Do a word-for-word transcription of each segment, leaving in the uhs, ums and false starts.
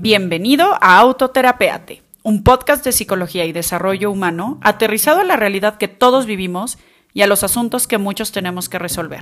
Bienvenido a Autoterapéate, un podcast de psicología y desarrollo humano aterrizado a la realidad que todos vivimos y a los asuntos que muchos tenemos que resolver.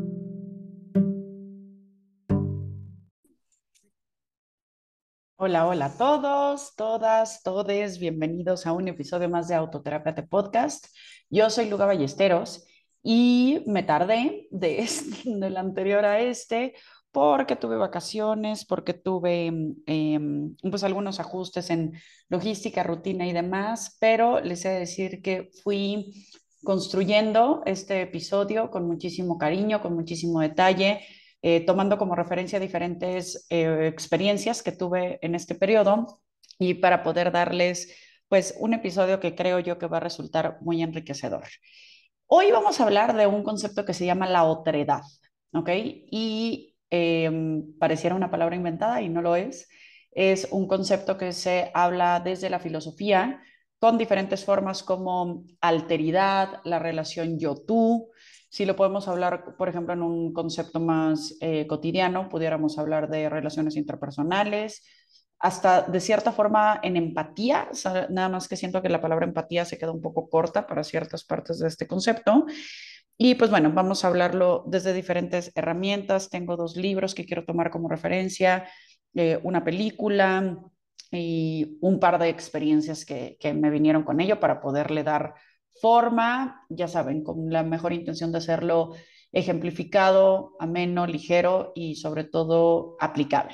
Hola, hola a todos, todas, todes, bienvenidos a un episodio más de Autoterapéate Podcast. Yo soy Luga Ballesteros y me tardé de este, del anterior a este porque tuve vacaciones, porque tuve eh, pues algunos ajustes en logística, rutina y demás, pero les he de decir que fui construyendo este episodio con muchísimo cariño, con muchísimo detalle, eh, tomando como referencia diferentes eh, experiencias que tuve en este periodo y para poder darles pues un episodio que creo yo que va a resultar muy enriquecedor. Hoy vamos a hablar de un concepto que se llama la otredad, ¿ok? Y eh, pareciera una palabra inventada y no lo es. Es un concepto que se habla desde la filosofía con diferentes formas como alteridad, la relación yo-tú. Si lo podemos hablar, por ejemplo, en un concepto más eh, cotidiano, pudiéramos hablar de relaciones interpersonales, hasta de cierta forma en empatía, o sea, nada más que siento que la palabra empatía se queda un poco corta para ciertas partes de este concepto. Y pues bueno, vamos a hablarlo desde diferentes herramientas. Tengo dos libros que quiero tomar como referencia, eh, una película y un par de experiencias que, que me vinieron con ello para poderle dar forma, ya saben, con la mejor intención de hacerlo ejemplificado, ameno, ligero y sobre todo aplicable.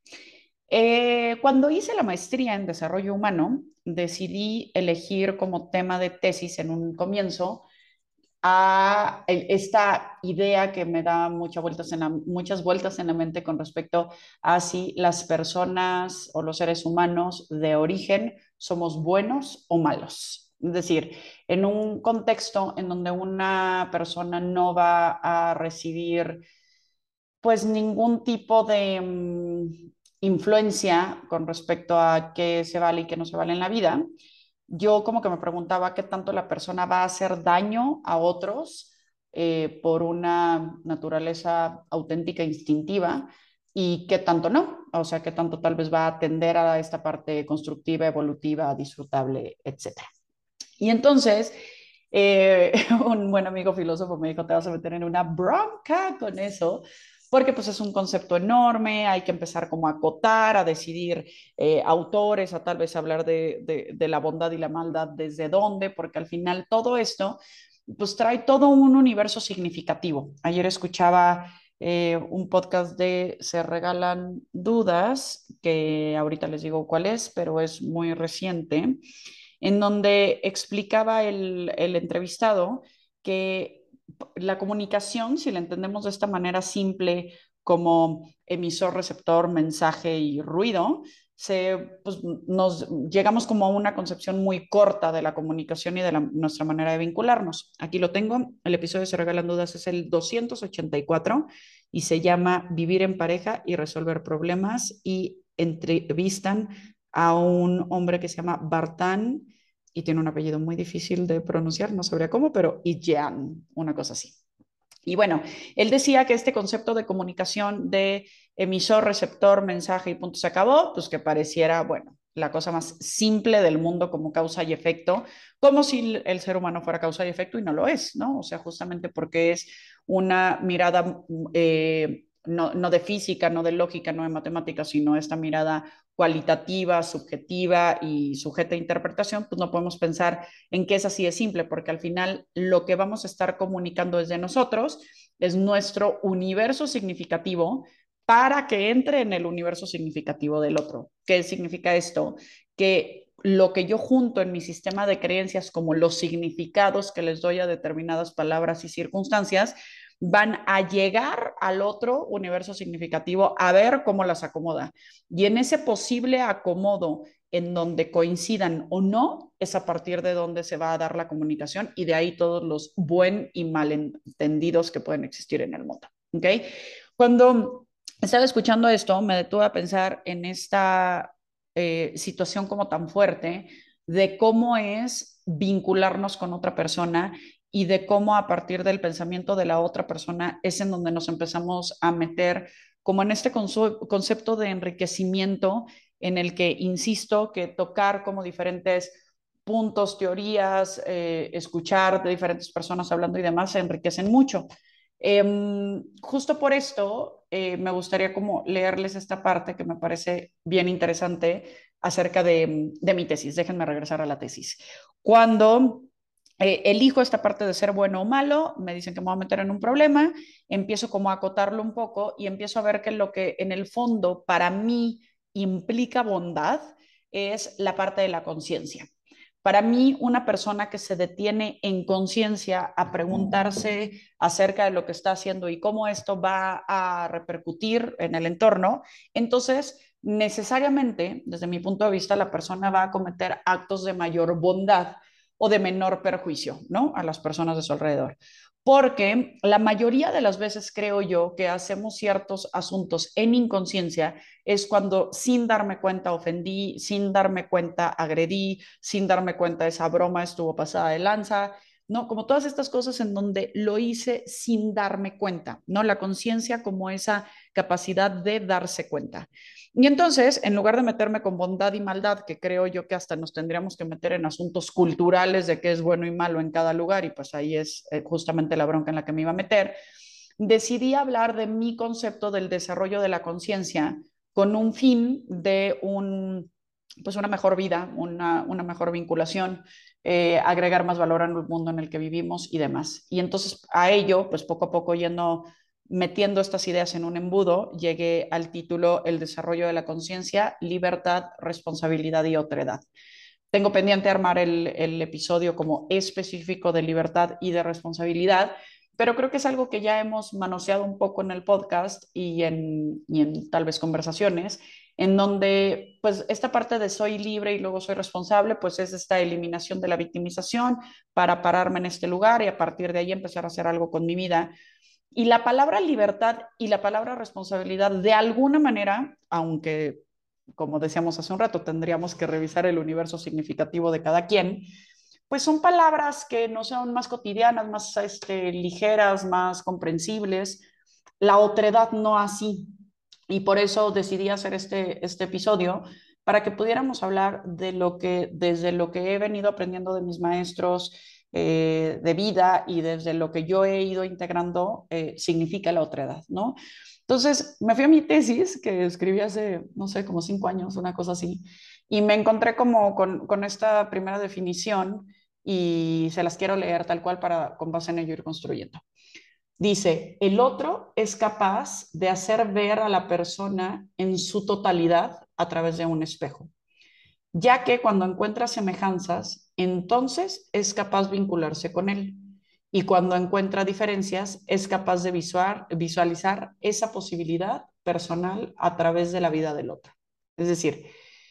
Eh, cuando hice la maestría en desarrollo humano, decidí elegir como tema de tesis en un comienzo a esta idea que me da muchas vueltas en la, muchas vueltas en la mente con respecto a si las personas o los seres humanos de origen somos buenos o malos. Es decir, en un contexto en donde una persona no va a recibir pues ningún tipo de um, influencia con respecto a qué se vale y qué no se vale en la vida, yo como que me preguntaba qué tanto la persona va a hacer daño a otros eh, por una naturaleza auténtica, instintiva, y qué tanto no, o sea, qué tanto tal vez va a atender a esta parte constructiva, evolutiva, disfrutable, etcétera. Y entonces, eh, un buen amigo filósofo me dijo, te vas a meter en una bronca con eso, porque pues es un concepto enorme, hay que empezar como a acotar, a decidir eh, autores, a tal vez hablar de, de, de la bondad y la maldad desde dónde, porque al final todo esto pues trae todo un universo significativo. Ayer escuchaba eh, un podcast de Se Regalan Dudas, que ahorita les digo cuál es, pero es muy reciente, en donde explicaba el, el entrevistado que la comunicación, si la entendemos de esta manera simple como emisor, receptor, mensaje y ruido, se, pues, nos llegamos como a una concepción muy corta de la comunicación y de la, nuestra manera de vincularnos. Aquí lo tengo, el episodio de Se Regalan Dudas es el doscientos ochenta y cuatro y se llama Vivir en pareja y resolver problemas, y entrevistan a un hombre que se llama Bartán y tiene un apellido muy difícil de pronunciar, no sabría cómo, pero Ijean, una cosa así. Y bueno, él decía que este concepto de comunicación de emisor, receptor, mensaje y punto se acabó, pues que pareciera, bueno, la cosa más simple del mundo como causa y efecto, como si el ser humano fuera causa y efecto y no lo es, ¿no? O sea, justamente porque es una mirada eh, no, no de física, no de lógica, no de matemáticas, sino esta mirada cualitativa, subjetiva y sujeta a interpretación, pues no podemos pensar en que es así de simple, porque al final lo que vamos a estar comunicando desde nosotros es nuestro universo significativo para que entre en el universo significativo del otro. ¿Qué significa esto? Que lo que yo junto en mi sistema de creencias como los significados que les doy a determinadas palabras y circunstancias van a llegar al otro universo significativo a ver cómo las acomoda. Y en ese posible acomodo en donde coincidan o no, es a partir de donde se va a dar la comunicación y de ahí todos los buen y malentendidos que pueden existir en el mundo. ¿Ok? Cuando estaba escuchando esto, me detuve a pensar en esta eh, situación como tan fuerte de cómo es vincularnos con otra persona y de cómo a partir del pensamiento de la otra persona es en donde nos empezamos a meter como en este concepto de enriquecimiento en el que insisto que tocar como diferentes puntos, teorías, eh, escuchar de diferentes personas hablando y demás se enriquecen mucho. Eh, justo por esto eh, me gustaría como leerles esta parte que me parece bien interesante acerca de, de mi tesis. Déjenme regresar a la tesis. Cuando eh, elijo esta parte de ser bueno o malo, me dicen que me voy a meter en un problema, empiezo como a acotarlo un poco y empiezo a ver que lo que en el fondo para mí implica bondad es la parte de la conciencia. Para mí, una persona que se detiene en conciencia a preguntarse acerca de lo que está haciendo y cómo esto va a repercutir en el entorno, entonces necesariamente, desde mi punto de vista, la persona va a cometer actos de mayor bondad o de menor perjuicio, ¿no? A las personas de su alrededor. Porque la mayoría de las veces creo yo que hacemos ciertos asuntos en inconsciencia es cuando sin darme cuenta ofendí, sin darme cuenta agredí, sin darme cuenta esa broma estuvo pasada de lanza, ¿no? Como todas estas cosas en donde lo hice sin darme cuenta, ¿no? La conciencia como esa capacidad de darse cuenta. Y entonces, en lugar de meterme con bondad y maldad, que creo yo que hasta nos tendríamos que meter en asuntos culturales de qué es bueno y malo en cada lugar, y pues ahí es eh, justamente la bronca en la que me iba a meter, decidí hablar de mi concepto del desarrollo de la conciencia con un fin de un, pues una mejor vida, una, una mejor vinculación, eh, agregar más valor al mundo en el que vivimos y demás. Y entonces a ello, pues poco a poco yendo metiendo estas ideas en un embudo, llegué al título El desarrollo de la conciencia, libertad, responsabilidad y otredad. Tengo pendiente armar el, el episodio como específico de libertad y de responsabilidad, pero creo que es algo que ya hemos manoseado un poco en el podcast y en, y en tal vez conversaciones, en donde pues esta parte de soy libre y luego soy responsable, pues es esta eliminación de la victimización para pararme en este lugar y a partir de ahí empezar a hacer algo con mi vida. Y la palabra libertad y la palabra responsabilidad, de alguna manera, aunque, como decíamos hace un rato, tendríamos que revisar el universo significativo de cada quien, pues son palabras que no son más cotidianas, más este, ligeras, más comprensibles. La otredad no así. Y por eso decidí hacer este, este episodio para que pudiéramos hablar de lo que, desde lo que he venido aprendiendo de mis maestros, eh, de vida y desde lo que yo he ido integrando, eh, significa la otredad, ¿no? Entonces, me fui a mi tesis, que escribí hace, no sé, como cinco años, una cosa así, y me encontré como con, con esta primera definición y se las quiero leer tal cual para con base en ello ir construyendo. Dice, el otro es capaz de hacer ver a la persona en su totalidad a través de un espejo, ya que cuando encuentra semejanzas, entonces es capaz de vincularse con él. Y cuando encuentra diferencias, es capaz de visual, visualizar esa posibilidad personal a través de la vida del otro. Es decir,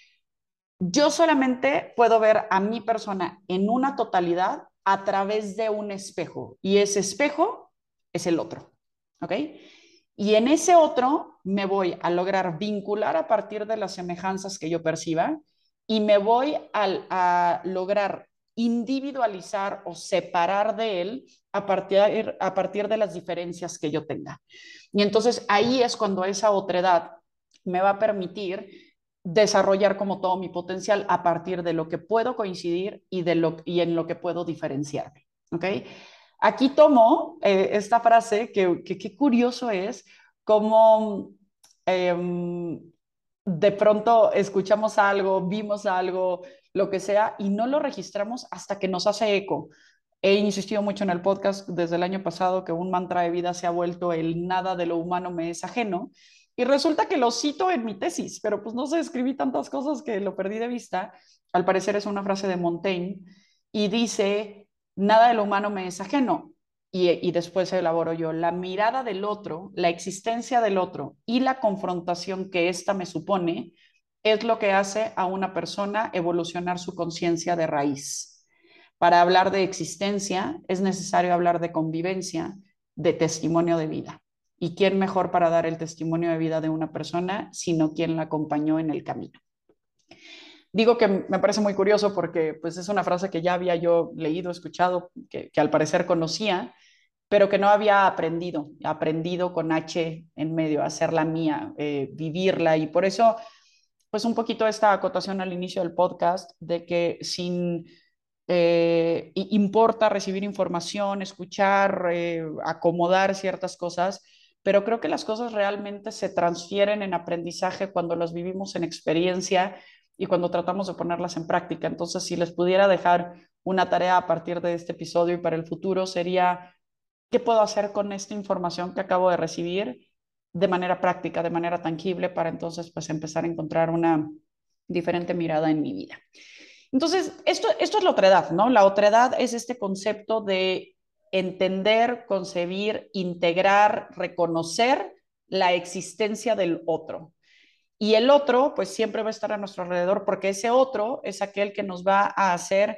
yo solamente puedo ver a mi persona en una totalidad a través de un espejo y ese espejo es el otro, ¿ok? Y en ese otro me voy a lograr vincular a partir de las semejanzas que yo perciba y me voy a, a lograr individualizar o separar de él a partir, a partir de las diferencias que yo tenga. Y entonces ahí es cuando esa otredad me va a permitir desarrollar como todo mi potencial a partir de lo que puedo coincidir y, de lo, y en lo que puedo diferenciarme. ¿Ok? Aquí tomo eh, esta frase que, que, que, curioso es como eh, de pronto escuchamos algo, vimos algo, lo que sea, y no lo registramos hasta que nos hace eco. He insistido mucho en el podcast desde el año pasado que un mantra de vida se ha vuelto el nada de lo humano me es ajeno. Y resulta que lo cito en mi tesis, pero pues no sé, escribí tantas cosas que lo perdí de vista. Al parecer es una frase de Montaigne y dice, nada de lo humano me es ajeno. Y, y después elaboro yo, la mirada del otro, la existencia del otro y la confrontación que ésta me supone es lo que hace a una persona evolucionar su conciencia de raíz. Para hablar de existencia es necesario hablar de convivencia, de testimonio de vida. ¿Y quién mejor para dar el testimonio de vida de una persona sino quien la acompañó en el camino? Digo que me parece muy curioso porque pues, es una frase que ya había yo leído, escuchado, que, que al parecer conocía, pero que no había aprendido, aprendido con H en medio, hacerla mía, eh, vivirla. Y por eso pues un poquito esta acotación al inicio del podcast de que sin eh, importa recibir información, escuchar, eh, acomodar ciertas cosas, pero creo que las cosas realmente se transfieren en aprendizaje cuando las vivimos en experiencia y cuando tratamos de ponerlas en práctica. Entonces, si les pudiera dejar una tarea a partir de este episodio y para el futuro, sería qué puedo hacer con esta información que acabo de recibir de manera práctica, de manera tangible, para entonces pues empezar a encontrar una diferente mirada en mi vida. Entonces, esto, esto es la otredad, ¿no? La otredad es este concepto de entender, concebir, integrar, reconocer la existencia del otro. Y el otro, pues siempre va a estar a nuestro alrededor, porque ese otro es aquel que nos va a hacer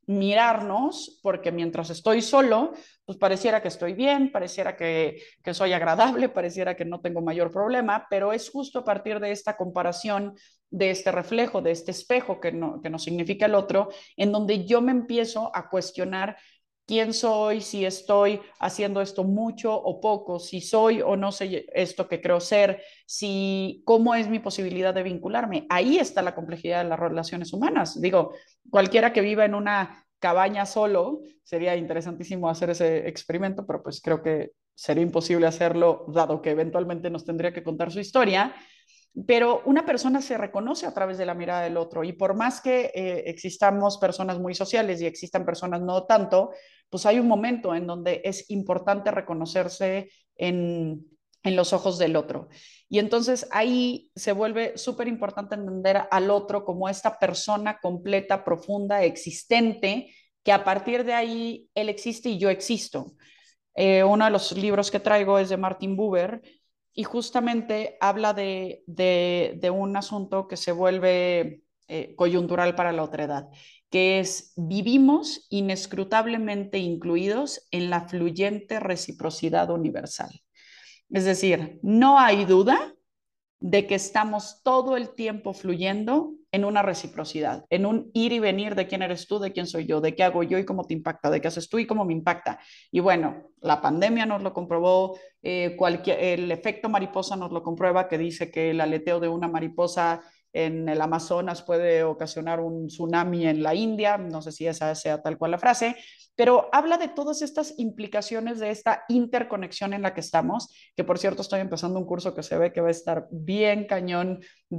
mirarnos, porque mientras estoy solo, pues pareciera que estoy bien, pareciera que, que soy agradable, pareciera que no tengo mayor problema, pero es justo a partir de esta comparación, de este reflejo, de este espejo que, no, que nos significa el otro, en donde yo me empiezo a cuestionar quién soy, si estoy haciendo esto mucho o poco, si soy o no soy esto que creo ser, si cómo es mi posibilidad de vincularme. Ahí está la complejidad de las relaciones humanas. Digo, cualquiera que viva en una cabaña solo, sería interesantísimo hacer ese experimento, pero pues creo que sería imposible hacerlo, dado que eventualmente nos tendría que contar su historia. Pero una persona se reconoce a través de la mirada del otro y por más que eh, existamos personas muy sociales y existan personas no tanto, pues hay un momento en donde es importante reconocerse en, en los ojos del otro. Y entonces ahí se vuelve súper importante entender al otro como esta persona completa, profunda, existente, que a partir de ahí él existe y yo existo. Eh, uno de los libros que traigo es de Martin Buber y justamente habla de, de, de un asunto que se vuelve eh, coyuntural para la otredad, que es vivimos inescrutablemente incluidos en la fluyente reciprocidad universal. Es decir, no hay duda de que estamos todo el tiempo fluyendo en una reciprocidad, en un ir y venir de quién eres tú, de quién soy yo, de qué hago yo y cómo te impacta, de qué haces tú y cómo me impacta. Y bueno, la pandemia nos lo comprobó, eh, cualquier, el efecto mariposa nos lo comprueba, que dice que el aleteo de una mariposa en el Amazonas puede ocasionar un tsunami en la India, no sé si esa sea tal cual la frase, pero habla de todas estas implicaciones de esta interconexión en la que estamos, que por cierto estoy empezando un curso que se ve que va a estar bien cañón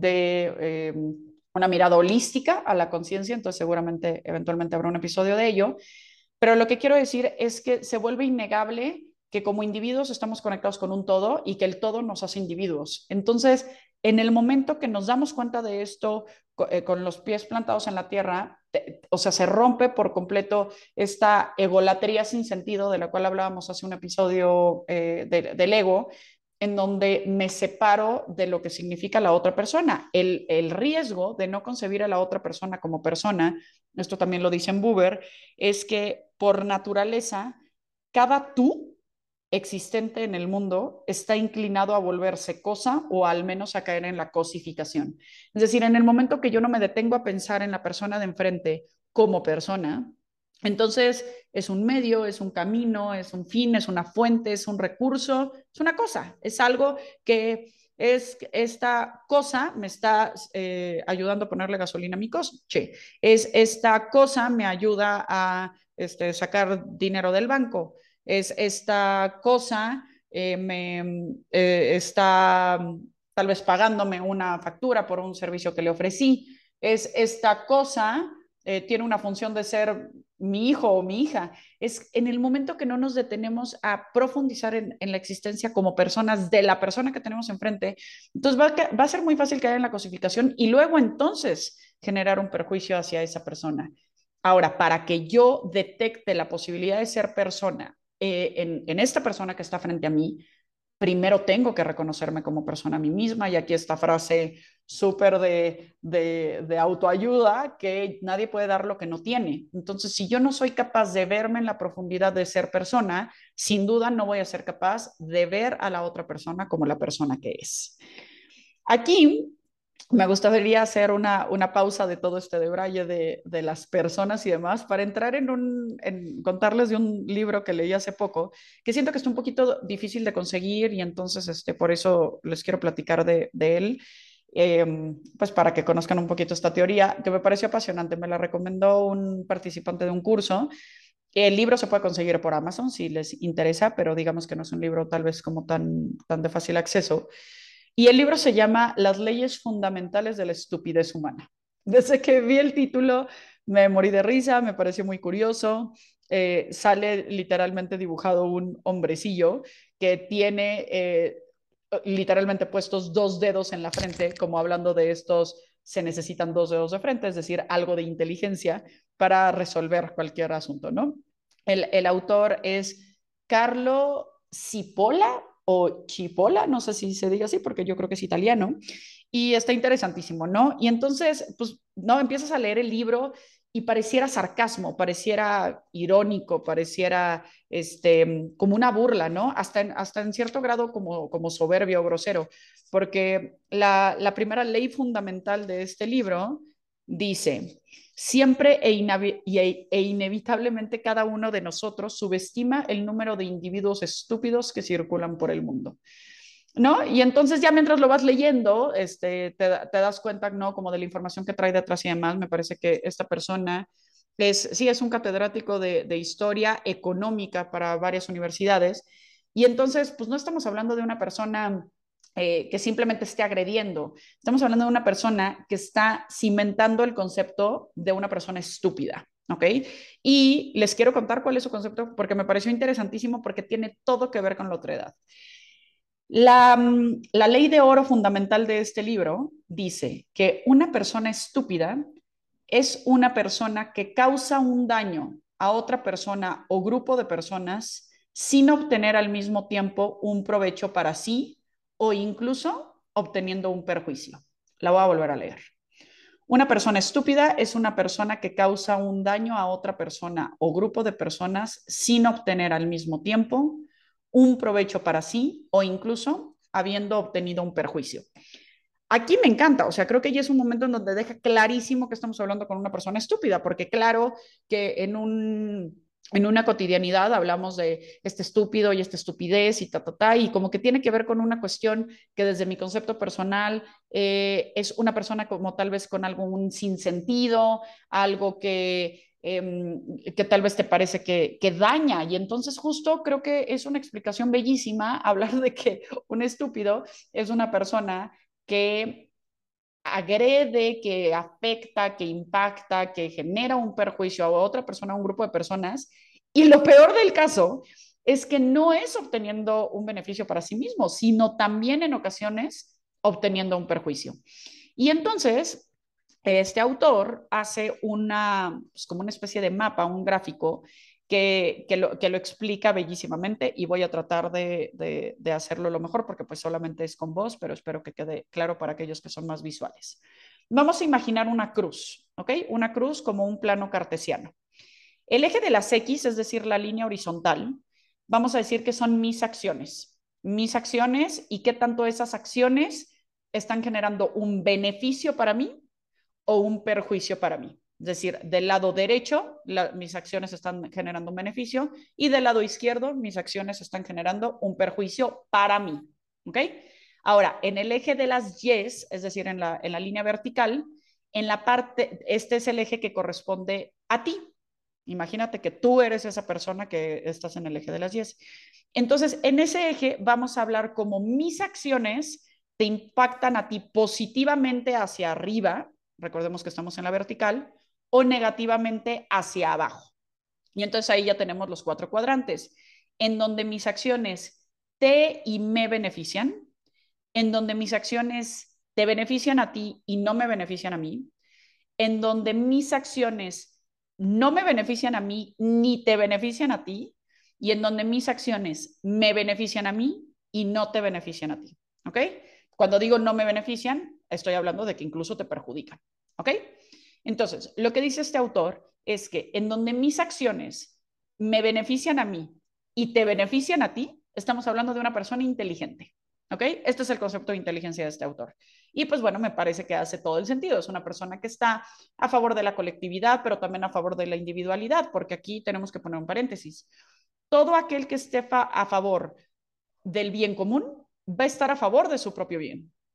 de eh, una mirada holística a la conciencia, entonces seguramente eventualmente habrá un episodio de ello, pero lo que quiero decir es que se vuelve innegable que como individuos estamos conectados con un todo y que el todo nos hace individuos. Entonces, en el momento que nos damos cuenta de esto eh, con los pies plantados en la tierra, te, o sea, se rompe por completo esta egolatría sin sentido de la cual hablábamos hace un episodio eh, de, del ego, en donde me separo de lo que significa la otra persona. El, el riesgo de no concebir a la otra persona como persona, esto también lo dice en Buber, es que por naturaleza, cada tú existente en el mundo está inclinado a volverse cosa o al menos a caer en la cosificación. Es decir, en el momento que yo no me detengo a pensar en la persona de enfrente como persona, entonces es un medio, es un camino, es un fin, es una fuente, es un recurso, es una cosa, es algo que es esta cosa me está eh, ayudando a ponerle gasolina a mi coche, es esta cosa me ayuda a este, sacar dinero del banco, es esta cosa eh, me eh, está tal vez pagándome una factura por un servicio que le ofrecí, es esta cosa, eh, tiene una función de ser mi hijo o mi hija. Es en el momento que no nos detenemos a profundizar en, en la existencia como personas de la persona que tenemos enfrente, entonces va a, va a ser muy fácil caer en la cosificación y luego entonces generar un perjuicio hacia esa persona. Ahora, para que yo detecte la posibilidad de ser persona eh, en, en esta persona que está frente a mí, primero tengo que reconocerme como persona a mí misma. Y aquí esta frase súper de, de, de autoayuda, que nadie puede dar lo que no tiene. Entonces, si yo no soy capaz de verme en la profundidad de ser persona, sin duda no voy a ser capaz de ver a la otra persona como la persona que es. Aquí me gustaría hacer una, una pausa de todo este debraye de, de las personas y demás para entrar en un, en contarles de un libro que leí hace poco, que siento que está un poquito difícil de conseguir y entonces este, por eso les quiero platicar de, de él. eh, pues para que conozcan un poquito esta teoría, que me pareció apasionante. Me la recomendó un participante de un curso. El libro se puede conseguir por Amazon si les interesa, pero digamos que no es un libro tal vez como tan, tan de fácil acceso. Y el libro se llama Las leyes fundamentales de la estupidez humana. Desde que vi el título me morí de risa, me pareció muy curioso. Eh, sale literalmente dibujado un hombrecillo que tiene eh, literalmente puestos dos dedos en la frente, como hablando de estos, se necesitan dos dedos de frente, es decir, algo de inteligencia para resolver cualquier asunto, ¿no? El, el autor es Carlo Cipolla o Chipola, no sé si se diga así, porque yo creo que es italiano, y está interesantísimo, ¿no? Y entonces, pues, no, empiezas a leer el libro y pareciera sarcasmo, pareciera irónico, pareciera este, como una burla, ¿no? Hasta en, hasta en cierto grado como, como soberbio o grosero, porque la, la primera ley fundamental de este libro dice, siempre e, e, e inevitablemente cada uno de nosotros subestima el número de individuos estúpidos que circulan por el mundo. ¿No? Y entonces ya mientras lo vas leyendo, este, te, te, das cuenta, ¿no? Como de la información que trae detrás y demás, me parece que esta persona es, sí, es un catedrático de, de historia económica para varias universidades, y entonces, pues no estamos hablando de una persona eh, que simplemente esté agrediendo, estamos hablando de una persona que está cimentando el concepto de una persona estúpida. ¿Ok? Y les quiero contar cuál es su concepto porque me pareció interesantísimo porque tiene todo que ver con la otra edad. La, la ley de oro fundamental de este libro dice que una persona estúpida es una persona que causa un daño a otra persona o grupo de personas sin obtener al mismo tiempo un provecho para sí o incluso obteniendo un perjuicio. La voy a volver a leer. Una persona estúpida es una persona que causa un daño a otra persona o grupo de personas sin obtener al mismo tiempo un provecho para sí o incluso habiendo obtenido un perjuicio. Aquí me encanta, o sea, creo que ya es un momento en donde deja clarísimo que estamos hablando con una persona estúpida, porque claro que en un en una cotidianidad hablamos de este estúpido y esta estupidez y ta, ta, ta, y como que tiene que ver con una cuestión que desde mi concepto personal eh, es una persona como tal vez con algún sinsentido, algo que, eh, que tal vez te parece que, que daña. Y entonces justo creo que es una explicación bellísima hablar de que un estúpido es una persona que agrede, que afecta, que impacta, que genera un perjuicio a otra persona, a un grupo de personas. Y lo peor del caso es que no es obteniendo un beneficio para sí mismo, sino también en ocasiones obteniendo un perjuicio. Y entonces, este autor hace una, pues como una especie de mapa, un gráfico que, que, lo, que lo explica bellísimamente y voy a tratar de, de, de hacerlo lo mejor porque pues solamente es con voz, pero espero que quede claro para aquellos que son más visuales. Vamos a imaginar una cruz, ¿ok? Una cruz como un plano cartesiano. El eje de las X, es decir, la línea horizontal, vamos a decir que son mis acciones. Mis acciones y qué tanto esas acciones están generando un beneficio para mí o un perjuicio para mí. Es decir, del lado derecho, la, mis acciones están generando un beneficio y del lado izquierdo, mis acciones están generando un perjuicio para mí. ¿Ok? Ahora, en el eje de las Y, es decir, en la, en la línea vertical, en la parte, este es el eje que corresponde a ti. Imagínate que tú eres esa persona que estás en el eje de las Y. Entonces, en ese eje vamos a hablar como mis acciones te impactan a ti positivamente hacia arriba, recordemos que estamos en la vertical, o negativamente hacia abajo. Y entonces ahí ya tenemos los cuatro cuadrantes, en donde mis acciones te y me benefician, en donde mis acciones te benefician a ti y no me benefician a mí, en donde mis acciones no me benefician a mí ni te benefician a ti, y en donde mis acciones me benefician a mí y no te benefician a ti. ¿Ok? Cuando digo no me benefician, estoy hablando de que incluso te perjudican. ¿Ok? Entonces, lo que dice este autor es que en donde mis acciones me benefician a mí y te benefician a ti, estamos hablando de una persona inteligente. ¿Ok? Este es el concepto de inteligencia de este autor. Y pues bueno, me parece que hace todo el sentido. Es una persona que está a favor de la colectividad, pero también a favor de la individualidad, porque aquí tenemos que poner un paréntesis. Todo aquel que esté fa a favor del bien común va a estar a favor de su propio bien.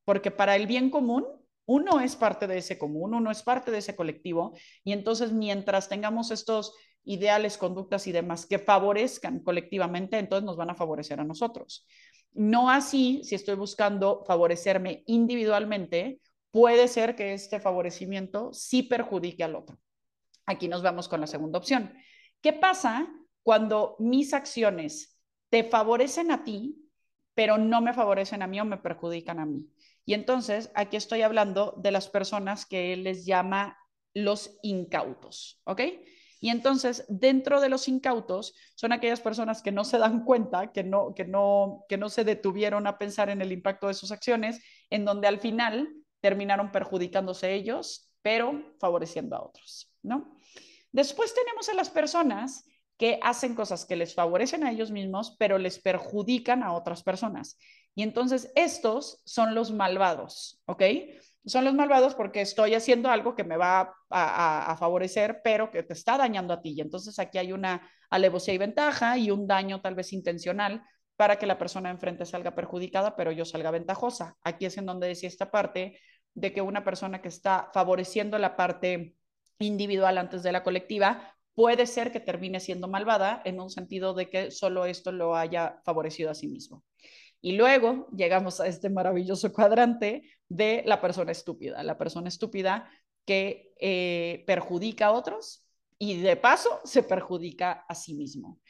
porque para el bien común, uno es parte de ese común, uno es parte de ese colectivo, y entonces mientras tengamos estos ideales, conductas y demás que favorezcan colectivamente, entonces nos van a favorecer a nosotros. No así, si estoy buscando favorecerme individualmente, puede ser que este favorecimiento sí perjudique al otro. Aquí nos vamos con la segunda opción. ¿Qué pasa cuando mis acciones te favorecen a ti, pero no me favorecen a mí o me perjudican a mí? Y entonces aquí estoy hablando de las personas que él les llama los incautos, ¿ok? Y entonces, dentro de los incautos, son aquellas personas que no se dan cuenta, que no, que no, que no se detuvieron a pensar en el impacto de sus acciones, en donde al final terminaron perjudicándose ellos, pero favoreciendo a otros, ¿no? Después tenemos a las personas que hacen cosas que les favorecen a ellos mismos, pero les perjudican a otras personas. Y entonces estos son los malvados, ¿ok? Son los malvados porque estoy haciendo algo que me va a, a, a favorecer, pero que te está dañando a ti. Y entonces aquí hay una alevosía y ventaja y un daño tal vez intencional para que la persona enfrente salga perjudicada, pero yo salga ventajosa. Aquí es en donde decía esta parte de que una persona que está favoreciendo la parte individual antes de la colectiva, puede ser que termine siendo malvada en un sentido de que solo esto lo haya favorecido a sí mismo. Y luego llegamos a este maravilloso cuadrante de la persona estúpida, la persona estúpida que eh, perjudica a otros y de paso se perjudica a sí mismo.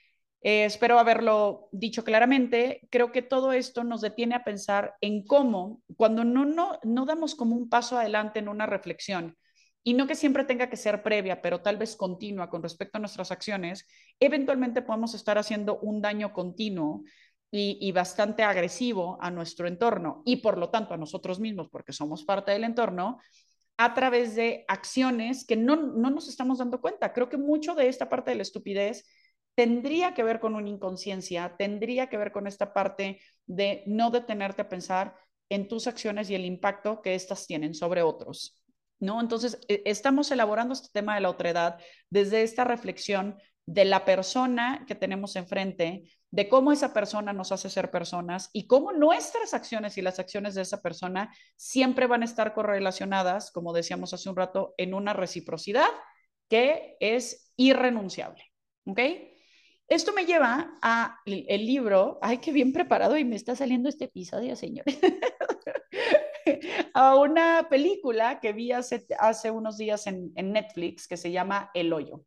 Eh, espero haberlo dicho claramente. Creo que todo esto nos detiene a pensar en cómo, cuando no, no, no damos como un paso adelante en una reflexión, y no que siempre tenga que ser previa, pero tal vez continua con respecto a nuestras acciones, eventualmente podemos estar haciendo un daño continuo y, y bastante agresivo a nuestro entorno y por lo tanto a nosotros mismos, porque somos parte del entorno, a través de acciones que no, no nos estamos dando cuenta. Creo que mucho de esta parte de la estupidez tendría que ver con una inconsciencia, tendría que ver con esta parte de no detenerte a pensar en tus acciones y el impacto que éstas tienen sobre otros. ¿No? Entonces, estamos elaborando este tema de la otredad desde esta reflexión de la persona que tenemos enfrente, de cómo esa persona nos hace ser personas y cómo nuestras acciones y las acciones de esa persona siempre van a estar correlacionadas, como decíamos hace un rato, en una reciprocidad que es irrenunciable. ¿Ok? Esto me lleva a el libro, ay, qué bien preparado y me está saliendo este episodio, señores, a una película que vi hace, hace unos días en, en Netflix que se llama El Hoyo.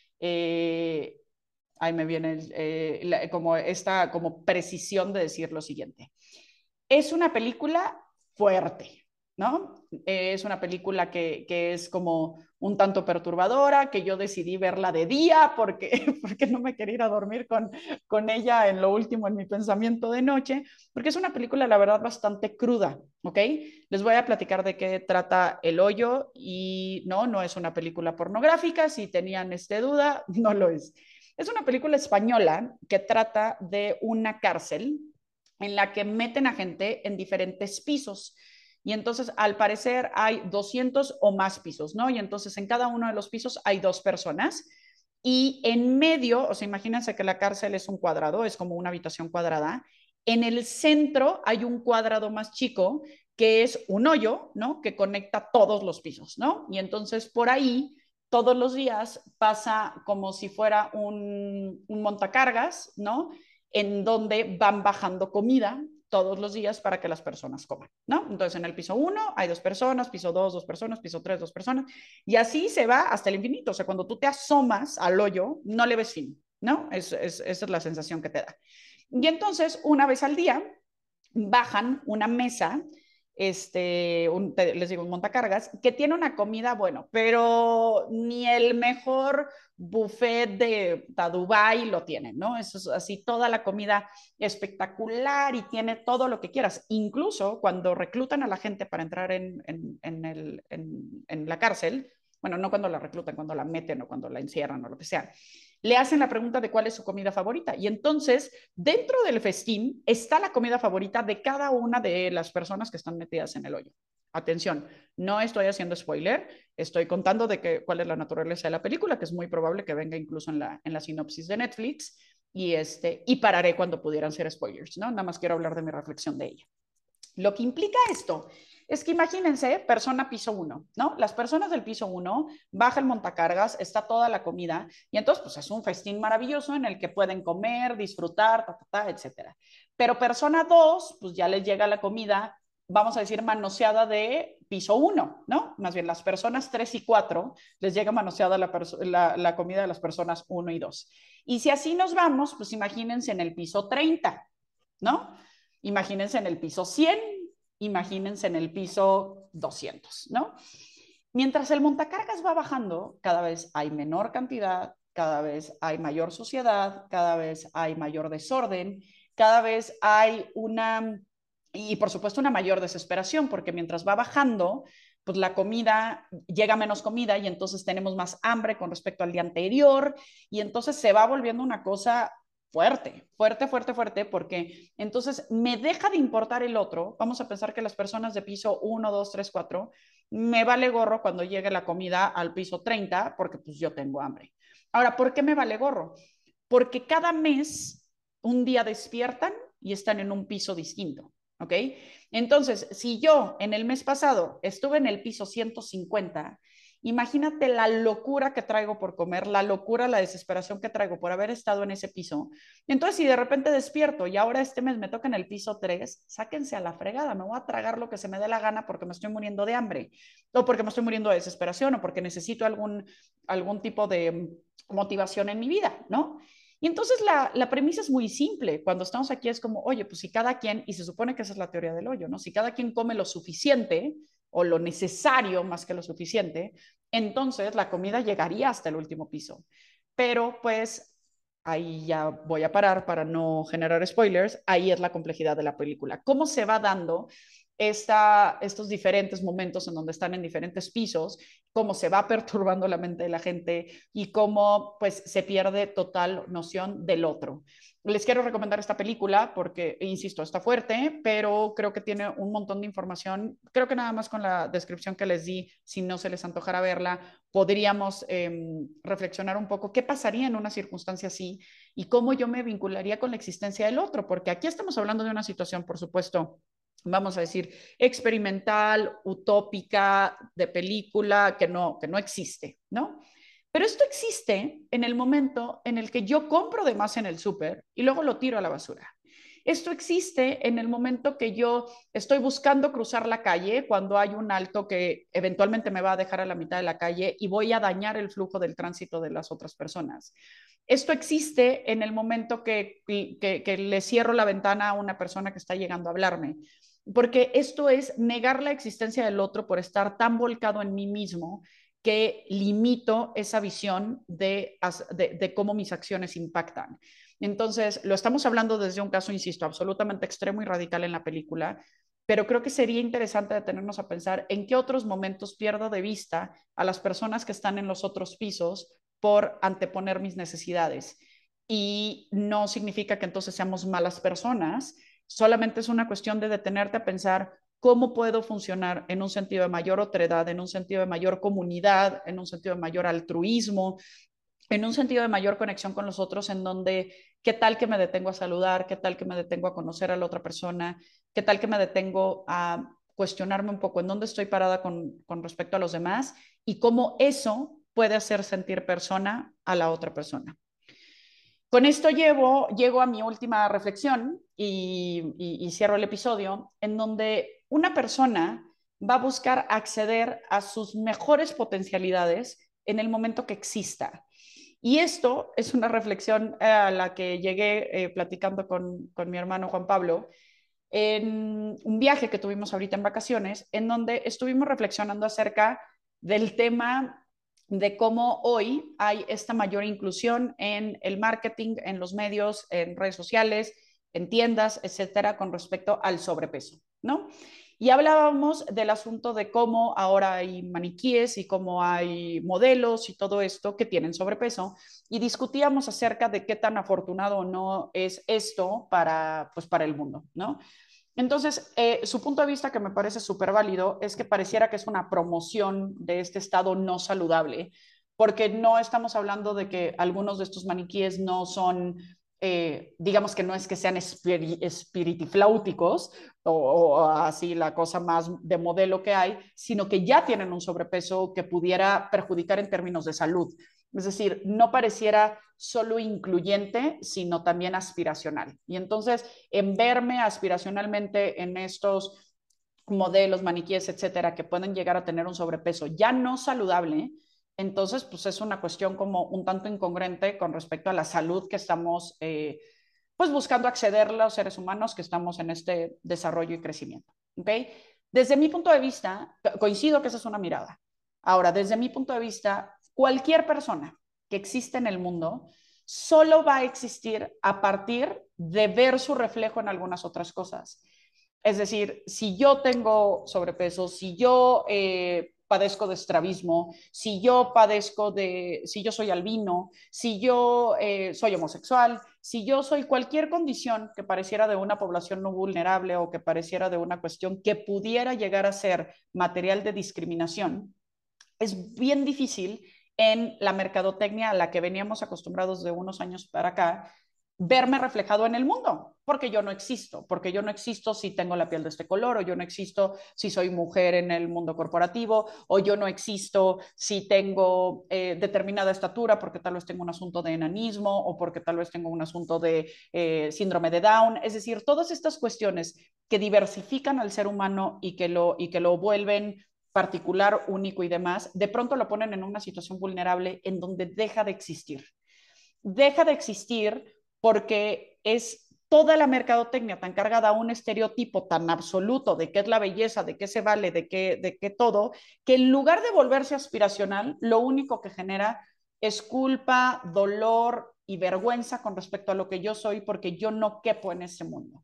Eh, ahí me viene el, eh, la, como esta como precisión de decir lo siguiente. Es una película fuerte, ¿no? Es una película que, que es como un tanto perturbadora, que yo decidí verla de día porque, porque no me quería ir a dormir con, con ella en lo último en mi pensamiento de noche, porque es una película, la verdad, bastante cruda, ¿ok? Les voy a platicar de qué trata El Hoyo y no, no es una película pornográfica, si tenían este duda, no lo es. Es una película española que trata de una cárcel en la que meten a gente en diferentes pisos. Y entonces, al parecer, hay doscientos o más pisos, ¿no? Y entonces, en cada uno de los pisos hay dos personas. Y en medio, o sea, imagínense que la cárcel es un cuadrado, es como una habitación cuadrada. En el centro hay un cuadrado más chico que es un hoyo, ¿no? Que conecta todos los pisos, ¿no? Y entonces, por ahí, todos los días pasa como si fuera un, un montacargas, ¿no? En donde van bajando comida todos los días para que las personas coman, ¿no? Entonces, en el piso uno hay dos personas, piso dos, dos personas, piso tres, dos personas, y así se va hasta el infinito. O sea, cuando tú te asomas al hoyo, no le ves fin, ¿no? Es, es, esa es la sensación que te da. Y entonces, una vez al día, bajan una mesa, este, un, te, les digo, un montacargas, que tiene una comida, bueno, pero ni el mejor buffet de, de Dubái lo tienen, ¿no? Eso es así, toda la comida espectacular y tiene todo lo que quieras. Incluso cuando reclutan a la gente para entrar en, en, en, el, en, en la cárcel, bueno, no cuando la reclutan, cuando la meten o cuando la encierran o lo que sea, le hacen la pregunta de cuál es su comida favorita. Y entonces, dentro del festín está la comida favorita de cada una de las personas que están metidas en el hoyo. Atención, no estoy haciendo spoiler, estoy contando de que, cuál es la naturaleza de la película, que es muy probable que venga incluso en la, en la sinopsis de Netflix, y, este, y pararé cuando pudieran ser spoilers, ¿no? Nada más quiero hablar de mi reflexión de ella. Lo que implica esto es que imagínense, persona piso uno, ¿no? Las personas del piso uno, baja el montacargas, está toda la comida y entonces pues es un festín maravilloso en el que pueden comer, disfrutar, ta, ta, ta, etcétera. Pero persona dos, pues ya les llega la comida, vamos a decir, manoseada de piso uno, ¿no? Más bien las personas tres y cuatro les llega manoseada la, la, la comida de las personas uno y dos. Y si así nos vamos, pues imagínense en el piso treinta, ¿no? Imagínense en el piso cien, imagínense en el piso doscientos, ¿no? Mientras el montacargas va bajando, cada vez hay menor cantidad, cada vez hay mayor suciedad, cada vez hay mayor desorden, cada vez hay una, y por supuesto una mayor desesperación, porque mientras va bajando, pues la comida, llega menos comida y entonces tenemos más hambre con respecto al día anterior y entonces se va volviendo una cosa fuerte, fuerte, fuerte, fuerte, porque entonces me deja de importar el otro. Vamos a pensar que las personas de piso uno, dos, tres, cuatro, me vale gorro cuando llegue la comida al piso treinta, porque pues yo tengo hambre. Ahora, ¿por qué me vale gorro? Porque cada mes un día despiertan y están en un piso distinto, ¿ok? Entonces, si yo en el mes pasado estuve en el piso ciento cincuenta, imagínate la locura que traigo por comer, la locura, la desesperación que traigo por haber estado en ese piso. Entonces, si de repente despierto y ahora este mes me toca en el piso tres, sáquense a la fregada, me voy a tragar lo que se me dé la gana porque me estoy muriendo de hambre, o porque me estoy muriendo de desesperación, o porque necesito algún, algún tipo de motivación en mi vida, ¿no? Y entonces la, la premisa es muy simple. Cuando estamos aquí es como, oye, pues si cada quien, y se supone que esa es la teoría del hoyo, ¿no? Si cada quien come lo suficiente o lo necesario más que lo suficiente, entonces la comida llegaría hasta el último piso. Pero pues ahí ya voy a parar para no generar spoilers, ahí es la complejidad de la película. ¿Cómo se va dando esta, estos diferentes momentos en donde están en diferentes pisos, cómo se va perturbando la mente de la gente y cómo pues se pierde total noción del otro? Les quiero recomendar esta película porque, insisto, está fuerte, pero creo que tiene un montón de información. Creo que nada más con la descripción que les di, si no se les antojara verla, podríamos eh, reflexionar un poco qué pasaría en una circunstancia así y cómo yo me vincularía con la existencia del otro, porque aquí estamos hablando de una situación, por supuesto, vamos a decir, experimental, utópica, de película, que no, que no existe, ¿no? Pero esto existe en el momento en el que yo compro de más en el súper y luego lo tiro a la basura. Esto existe en el momento que yo estoy buscando cruzar la calle cuando hay un alto que eventualmente me va a dejar a la mitad de la calle y voy a dañar el flujo del tránsito de las otras personas. Esto existe en el momento que, que, que le cierro la ventana a una persona que está llegando a hablarme, porque esto es negar la existencia del otro por estar tan volcado en mí mismo que limito esa visión de, de, de cómo mis acciones impactan. Entonces, lo estamos hablando desde un caso, insisto, absolutamente extremo y radical en la película, pero creo que sería interesante detenernos a pensar en qué otros momentos pierdo de vista a las personas que están en los otros pisos por anteponer mis necesidades. Y no significa que entonces seamos malas personas, solamente es una cuestión de detenerte a pensar cómo puedo funcionar en un sentido de mayor otredad, en un sentido de mayor comunidad, en un sentido de mayor altruismo, en un sentido de mayor conexión con los otros, en donde qué tal que me detengo a saludar, qué tal que me detengo a conocer a la otra persona, qué tal que me detengo a cuestionarme un poco en dónde estoy parada con, con respecto a los demás y cómo eso puede hacer sentir persona a la otra persona. Con esto llevo, llego a mi última reflexión y, y, y cierro el episodio, en donde una persona va a buscar acceder a sus mejores potencialidades en el momento que exista. Y esto es una reflexión a la que llegué eh, platicando con, con mi hermano Juan Pablo en un viaje que tuvimos ahorita en vacaciones, en donde estuvimos reflexionando acerca del tema de cómo hoy hay esta mayor inclusión en el marketing, en los medios, en redes sociales, en tiendas, etcétera, con respecto al sobrepeso, ¿no? Y hablábamos del asunto de cómo ahora hay maniquíes y cómo hay modelos y todo esto que tienen sobrepeso y discutíamos acerca de qué tan afortunado o no es esto para, pues, para el mundo, ¿no? Entonces, eh, su punto de vista, que me parece súper válido, es que pareciera que es una promoción de este estado no saludable, porque no estamos hablando de que algunos de estos maniquíes no son eh, digamos que no es que sean espiri espiritifláuticos o, o así la cosa más de modelo que hay, sino que ya tienen un sobrepeso que pudiera perjudicar en términos de salud. Es decir, no pareciera solo incluyente, sino también aspiracional. Y entonces, en verme aspiracionalmente en estos modelos, maniquíes, etcétera, que pueden llegar a tener un sobrepeso ya no saludable, entonces pues es una cuestión como un tanto incongruente con respecto a la salud que estamos eh, pues buscando acceder los seres humanos que estamos en este desarrollo y crecimiento. ¿Okay? Desde mi punto de vista, coincido que esa es una mirada. Ahora, desde mi punto de vista, cualquier persona que existe en el mundo solo va a existir a partir de ver su reflejo en algunas otras cosas. Es decir, si yo tengo sobrepeso, si yo eh, padezco de estrabismo, si yo padezco de, si yo soy albino, si yo eh, soy homosexual, si yo soy cualquier condición que pareciera de una población no vulnerable o que pareciera de una cuestión que pudiera llegar a ser material de discriminación, es bien difícil en la mercadotecnia a la que veníamos acostumbrados de unos años para acá, verme reflejado en el mundo, porque yo no existo, porque yo no existo si tengo la piel de este color, o yo no existo si soy mujer en el mundo corporativo, o yo no existo si tengo eh, determinada estatura, porque tal vez tengo un asunto de enanismo, o porque tal vez tengo un asunto de eh, síndrome de Down. Es decir, todas estas cuestiones que diversifican al ser humano y que lo, y que lo vuelven particular, único y demás, de pronto lo ponen en una situación vulnerable en donde deja de existir. Deja de existir porque es toda la mercadotecnia tan cargada a un estereotipo tan absoluto de qué es la belleza, de qué se vale, de qué, de qué todo, que en lugar de volverse aspiracional, lo único que genera es culpa, dolor y vergüenza con respecto a lo que yo soy porque yo no quepo en ese mundo.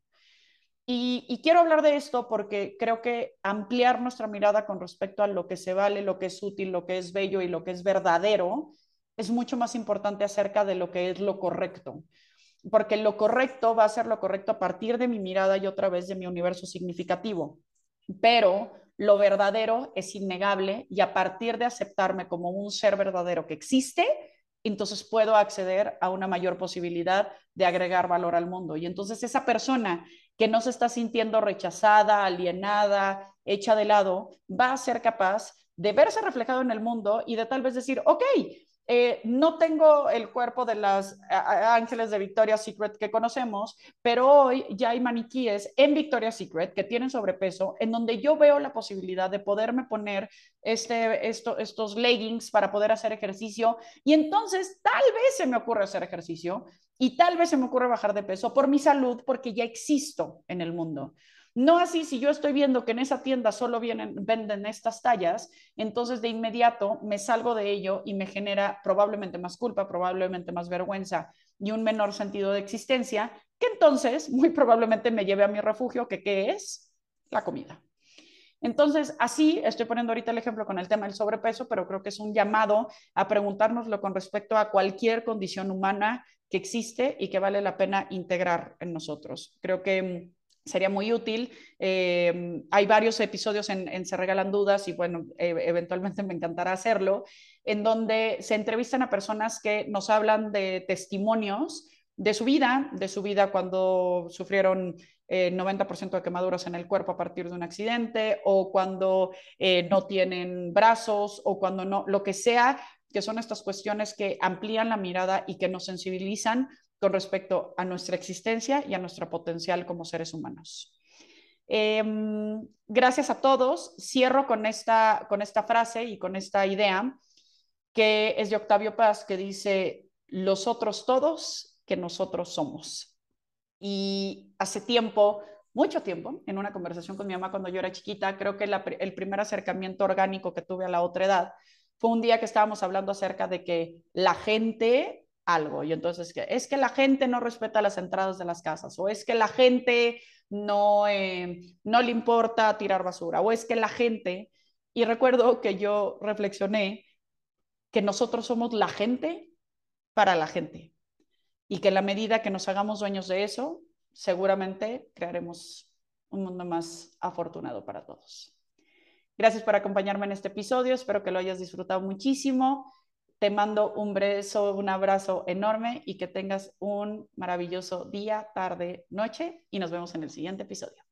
Y, y, quiero hablar de esto porque creo que ampliar nuestra mirada con respecto a lo que se vale, lo que es útil, lo que es bello y lo que es verdadero es mucho más importante acerca de lo que es lo correcto. Porque lo correcto va a ser lo correcto a partir de mi mirada y otra vez de mi universo significativo. Pero lo verdadero es innegable y a partir de aceptarme como un ser verdadero que existe, entonces puedo acceder a una mayor posibilidad de agregar valor al mundo. Y entonces esa persona que no se está sintiendo rechazada, alienada, hecha de lado, va a ser capaz de verse reflejado en el mundo y de tal vez decir, ok, eh, no tengo el cuerpo de las ángeles de Victoria's Secret que conocemos, pero hoy ya hay maniquíes en Victoria's Secret que tienen sobrepeso, en donde yo veo la posibilidad de poderme poner este, esto, estos leggings para poder hacer ejercicio y entonces tal vez se me ocurre hacer ejercicio y tal vez se me ocurre bajar de peso por mi salud porque ya existo en el mundo. No así, si yo estoy viendo que en esa tienda solo vienen, venden estas tallas, entonces de inmediato me salgo de ello y me genera probablemente más culpa, probablemente más vergüenza y un menor sentido de existencia, que entonces muy probablemente me lleve a mi refugio, que ¿qué es? La comida. Entonces, así estoy poniendo ahorita el ejemplo con el tema del sobrepeso, pero creo que es un llamado a preguntárnoslo con respecto a cualquier condición humana que existe y que vale la pena integrar en nosotros. Creo que sería muy útil. Eh, hay varios episodios en, en Se Regalan Dudas y bueno, eh, eventualmente me encantará hacerlo, en donde se entrevistan a personas que nos hablan de testimonios de su vida, de su vida cuando sufrieron eh, noventa por ciento de quemaduras en el cuerpo a partir de un accidente o cuando eh, no tienen brazos o cuando no, lo que sea, que son estas cuestiones que amplían la mirada y que nos sensibilizan con respecto a nuestra existencia y a nuestro potencial como seres humanos. Eh, gracias a todos. Cierro con esta, con esta frase y con esta idea que es de Octavio Paz, que dice, los otros todos que nosotros somos. Y hace tiempo, mucho tiempo, en una conversación con mi mamá cuando yo era chiquita, creo que la, el primer acercamiento orgánico que tuve a la otra edad fue un día que estábamos hablando acerca de que la gente algo, y entonces que es que la gente no respeta las entradas de las casas, o es que la gente no, eh, no le importa tirar basura, o es que la gente, y recuerdo que yo reflexioné que nosotros somos la gente para la gente y que en la medida que nos hagamos dueños de eso, seguramente crearemos un mundo más afortunado para todos. Gracias por acompañarme en este episodio, espero que lo hayas disfrutado muchísimo. Te mando un beso, un abrazo enorme y que tengas un maravilloso día, tarde, noche y nos vemos en el siguiente episodio.